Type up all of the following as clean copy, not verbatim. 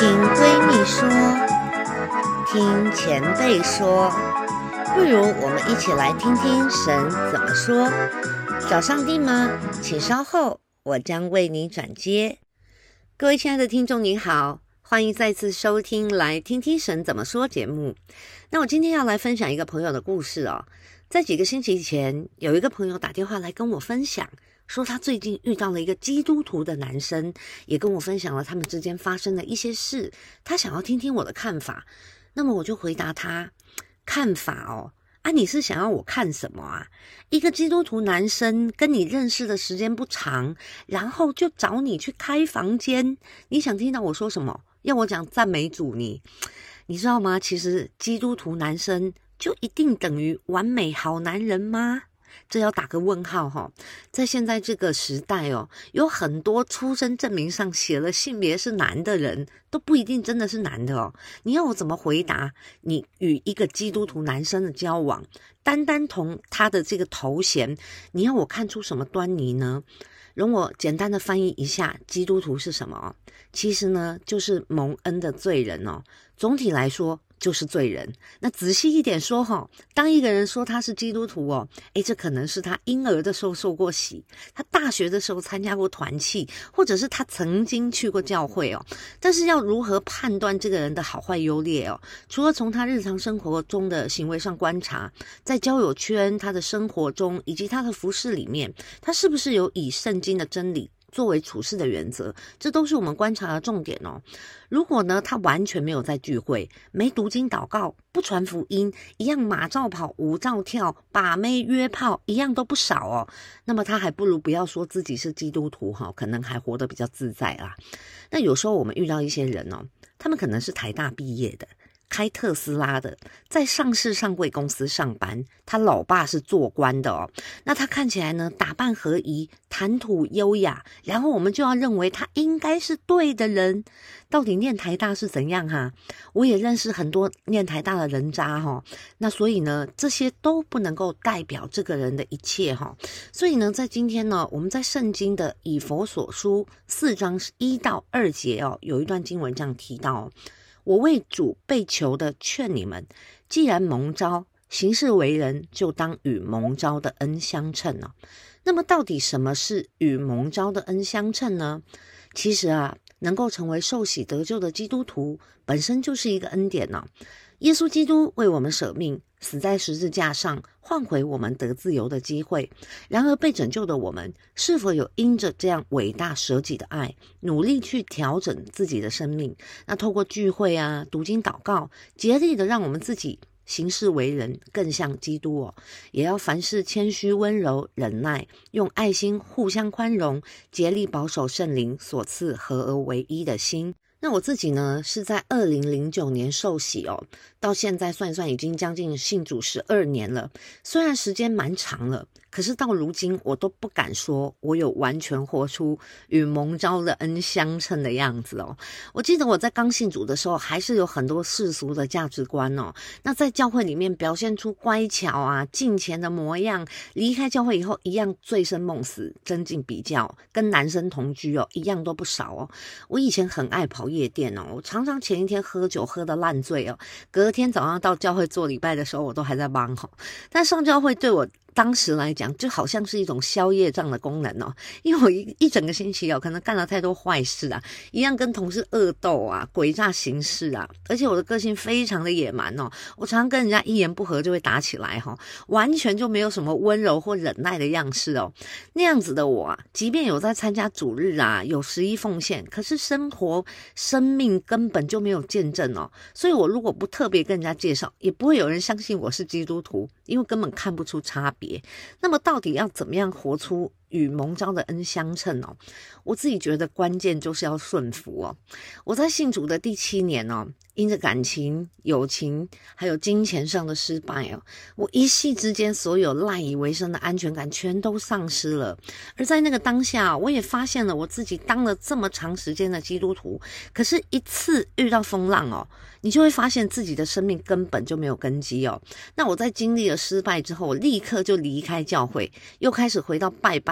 听闺蜜说，听前辈说，不如我们一起来听听神怎么说。找上帝吗？请稍后，我将为你转接。各位亲爱的听众你好，欢迎再次收听来听听神怎么说节目。那我今天要来分享一个朋友的故事哦。在几个星期前，有一个朋友打电话来跟我分享，说他最近遇到了一个基督徒的男生，也跟我分享了他们之间发生的一些事，他想要听听我的看法。那么我就回答他，看法哦，你是想要我看什么啊？一个基督徒男生跟你认识的时间不长，然后就找你去开房间，你想听到我说什么？要我讲赞美主你知道吗？其实基督徒男生就一定等于完美好男人吗？这要打个问号哈。在现在这个时代哦，有很多出生证明上写了性别是男的人，都不一定真的是男的哦。你要我怎么回答你与一个基督徒男生的交往，单单从他的这个头衔，你要我看出什么端倪呢？容我简单的翻译一下基督徒是什么哦。其实呢，就是蒙恩的罪人哦。总体来说就是罪人。那仔细一点说哈，当一个人说他是基督徒哦，这可能是他婴儿的时候受过洗，他大学的时候参加过团契，或者是他曾经去过教会哦。但是要如何判断这个人的好坏优劣哦？除了从他日常生活中的行为上观察，在交友圈、他的生活中以及他的服饰里面，他是不是有以圣经的真理作为处事的原则，这都是我们观察的重点哦。如果呢，他完全没有在聚会，没读经祷告，不传福音，一样马照跑，舞照跳，把妹约炮，一样都不少哦。那么他还不如不要说自己是基督徒哈，可能还活得比较自在啦。那有时候我们遇到一些人哦，他们可能是台大毕业的，开特斯拉的，在上市上柜公司上班，他老爸是做官的哦。那他看起来呢，打扮合宜，谈吐优雅，然后我们就要认为他应该是对的人。到底念台大是怎样哈？我也认识很多念台大的人渣哈。那所以呢，这些都不能够代表这个人的一切哈。所以呢，在今天呢，我们在圣经的以弗所书4章1到2节哦，有一段经文这样提到哦，我为主被求的劝你们，既然蒙召，行事为人，就当与蒙召的恩相称哦。那么到底什么是与蒙召的恩相称呢？其实能够成为受洗得救的基督徒，本身就是一个恩典哦。耶稣基督为我们舍命，死在十字架上，换回我们得自由的机会。然而被拯救的我们，是否有因着这样伟大舍己的爱，努力去调整自己的生命？那透过聚会读经祷告，竭力的让我们自己行事为人更像基督哦。也要凡事谦虚温柔忍耐，用爱心互相宽容，竭力保守圣灵所赐合而为一的心。那我自己呢，是在2009年受洗哦，到现在算一算已经将近信主12年了。虽然时间蛮长了，可是到如今我都不敢说我有完全活出与蒙召的恩相称的样子哦。我记得我在刚信主的时候，还是有很多世俗的价值观哦。那在教会里面表现出乖巧敬虔的模样，离开教会以后一样醉生梦死，增进比较，跟男生同居哦，一样都不少哦。我以前很爱跑夜店哦，我常常前一天喝酒喝得烂醉哦，隔天早上到教会做礼拜的时候，我都还在忙哦。但上教会对我当时来讲就好像是一种消业障的功能哦，因为我一整个星期可能干了太多坏事一样跟同事恶斗诡诈行事而且我的个性非常的野蛮哦，我常常跟人家一言不合就会打起来完全就没有什么温柔或忍耐的样式哦。那样子的我即便有在参加主日有11奉献，可是生命根本就没有见证哦。所以我如果不特别跟人家介绍，也不会有人相信我是基督徒，因为根本看不出差别。那么到底要怎么样活出与蒙召的恩相称哦？我自己觉得关键就是要顺服哦。我在信主的第7年哦，因着感情、友情还有金钱上的失败哦，我一夕之间所有赖以为生的安全感全都丧失了。而在那个当下，我也发现了我自己当了这么长时间的基督徒，可是一次遇到风浪哦，你就会发现自己的生命根本就没有根基哦。那我在经历了失败之后，我立刻就离开教会，又开始回到拜拜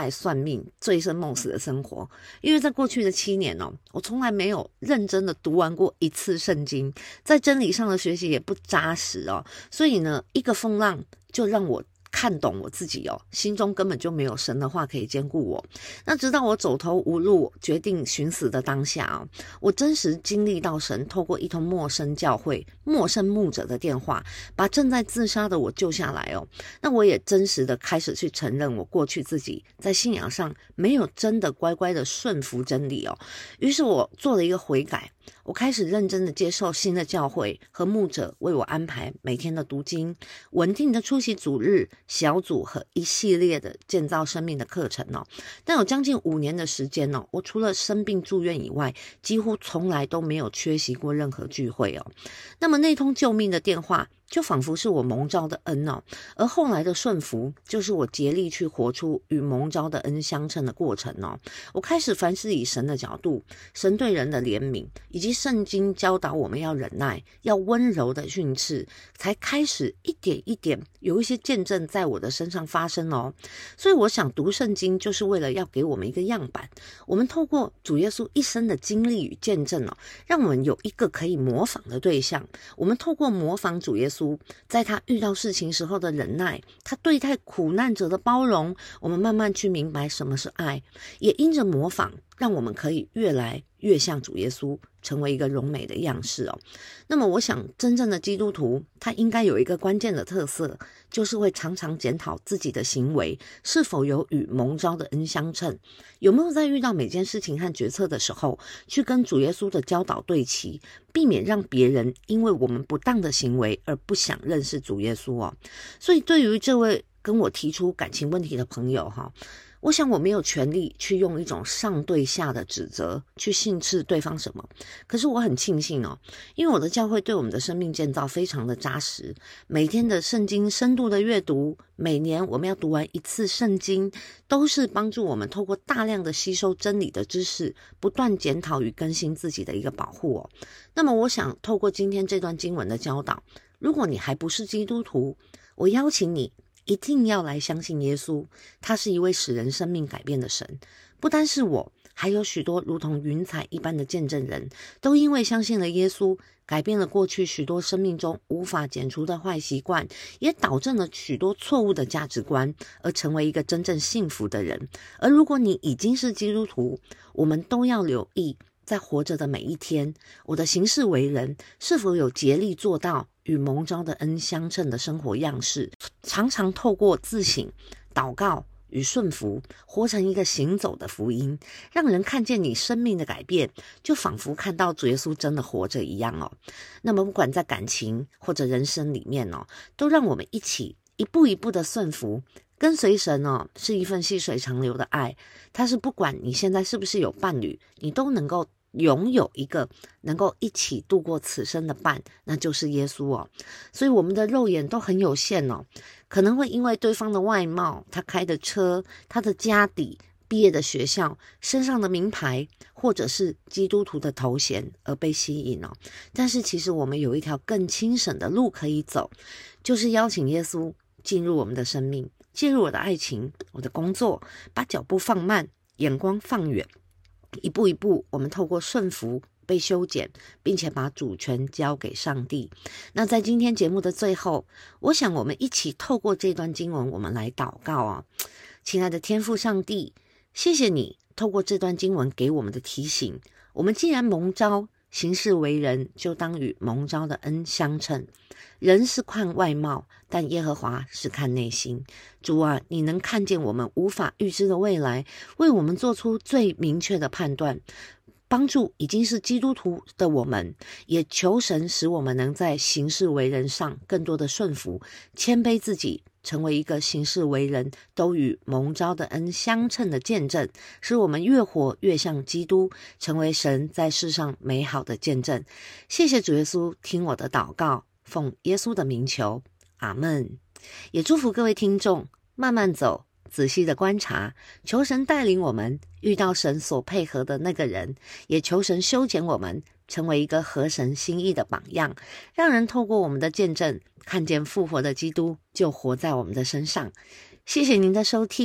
来算命、醉生梦死的生活。因为在过去的7年我从来没有认真的读完过一次圣经，在真理上的学习也不扎实所以呢，一个风浪就让我看懂我自己心中根本就没有神的话可以兼顾我。那直到我走投无路，决定寻死的当下我真实经历到神透过一通陌生教会、陌生牧者的电话，把正在自杀的我救下来那我也真实的开始去承认我过去自己在信仰上没有真的乖乖的顺服真理于是我做了一个悔改，我开始认真的接受新的教会和牧者为我安排每天的读经，稳定的出席主日、小组和一系列的建造生命的课程但有将近5年的时间我除了生病住院以外，几乎从来都没有缺席过任何聚会那么那通救命的电话就仿佛是我蒙召的恩而后来的顺服就是我竭力去活出与蒙召的恩相称的过程我开始凡事以神的角度，神对人的怜悯，以及圣经教导我们要忍耐、要温柔的训斥，才开始一点一点有一些见证在我的身上发生所以我想读圣经就是为了要给我们一个样板，我们透过主耶稣一生的经历与见证让我们有一个可以模仿的对象。我们透过模仿主耶稣在他遇到事情时候的忍耐，他对待苦难者的包容，我们慢慢去明白什么是爱，也因着模仿让我们可以越来越像主耶稣，成为一个荣美的样式那么我想真正的基督徒他应该有一个关键的特色，就是会常常检讨自己的行为是否有与蒙召的恩相称，有没有在遇到每件事情和决策的时候去跟主耶稣的教导对齐，避免让别人因为我们不当的行为而不想认识主耶稣所以对于这位跟我提出感情问题的朋友我想我没有权利去用一种上对下的指责去训斥对方什么，可是我很庆幸因为我的教会对我们的生命建造非常的扎实，每天的圣经深度的阅读，每年我们要读完1次圣经，都是帮助我们透过大量的吸收真理的知识，不断检讨与更新自己的一个保护那么我想透过今天这段经文的教导，如果你还不是基督徒，我邀请你一定要来相信耶稣，他是一位使人生命改变的神。不单是我，还有许多如同云彩一般的见证人，都因为相信了耶稣，改变了过去许多生命中无法剪除的坏习惯，也导正了许多错误的价值观，而成为一个真正幸福的人。而如果你已经是基督徒，我们都要留意在活着的每一天，我的行事为人是否有竭力做到与蒙召的恩相称的生活样式，常常透过自省、祷告与顺服，活成一个行走的福音，让人看见你生命的改变，就仿佛看到主耶稣真的活着一样那么不管在感情或者人生里面都让我们一起一步一步的顺服。跟随神是一份细水长流的爱，它是不管你现在是不是有伴侣，你都能够拥有一个能够一起度过此生的伴，那就是耶稣所以我们的肉眼都很有限可能会因为对方的外貌、他开的车、他的家底、毕业的学校、身上的名牌，或者是基督徒的头衔而被吸引但是其实我们有一条更轻省的路可以走，就是邀请耶稣进入我们的生命，进入我的爱情、我的工作，把脚步放慢，眼光放远，一步一步我们透过顺服被修剪，并且把主权交给上帝。那在今天节目的最后，我想我们一起透过这段经文，我们来祷告亲爱的天父上帝，谢谢你透过这段经文给我们的提醒，我们既然蒙召，行事为人就当与蒙召的恩相称。人是看外貌，但耶和华是看内心。主啊，你能看见我们无法预知的未来，为我们做出最明确的判断，帮助已经是基督徒的我们，也求神使我们能在行事为人上更多的顺服，谦卑自己，成为一个行事为人都与蒙召的恩相称的见证，使我们越活越像基督，成为神在世上美好的见证。谢谢主耶稣，听我的祷告，奉耶稣的名求，阿们。也祝福各位听众慢慢走，仔细的观察，求神带领我们遇到神所配合的那个人，也求神修剪我们，成为一个合神心意的榜样，让人透过我们的见证，看见复活的基督就活在我们的身上。谢谢您的收听，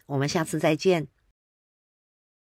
我们下次再见。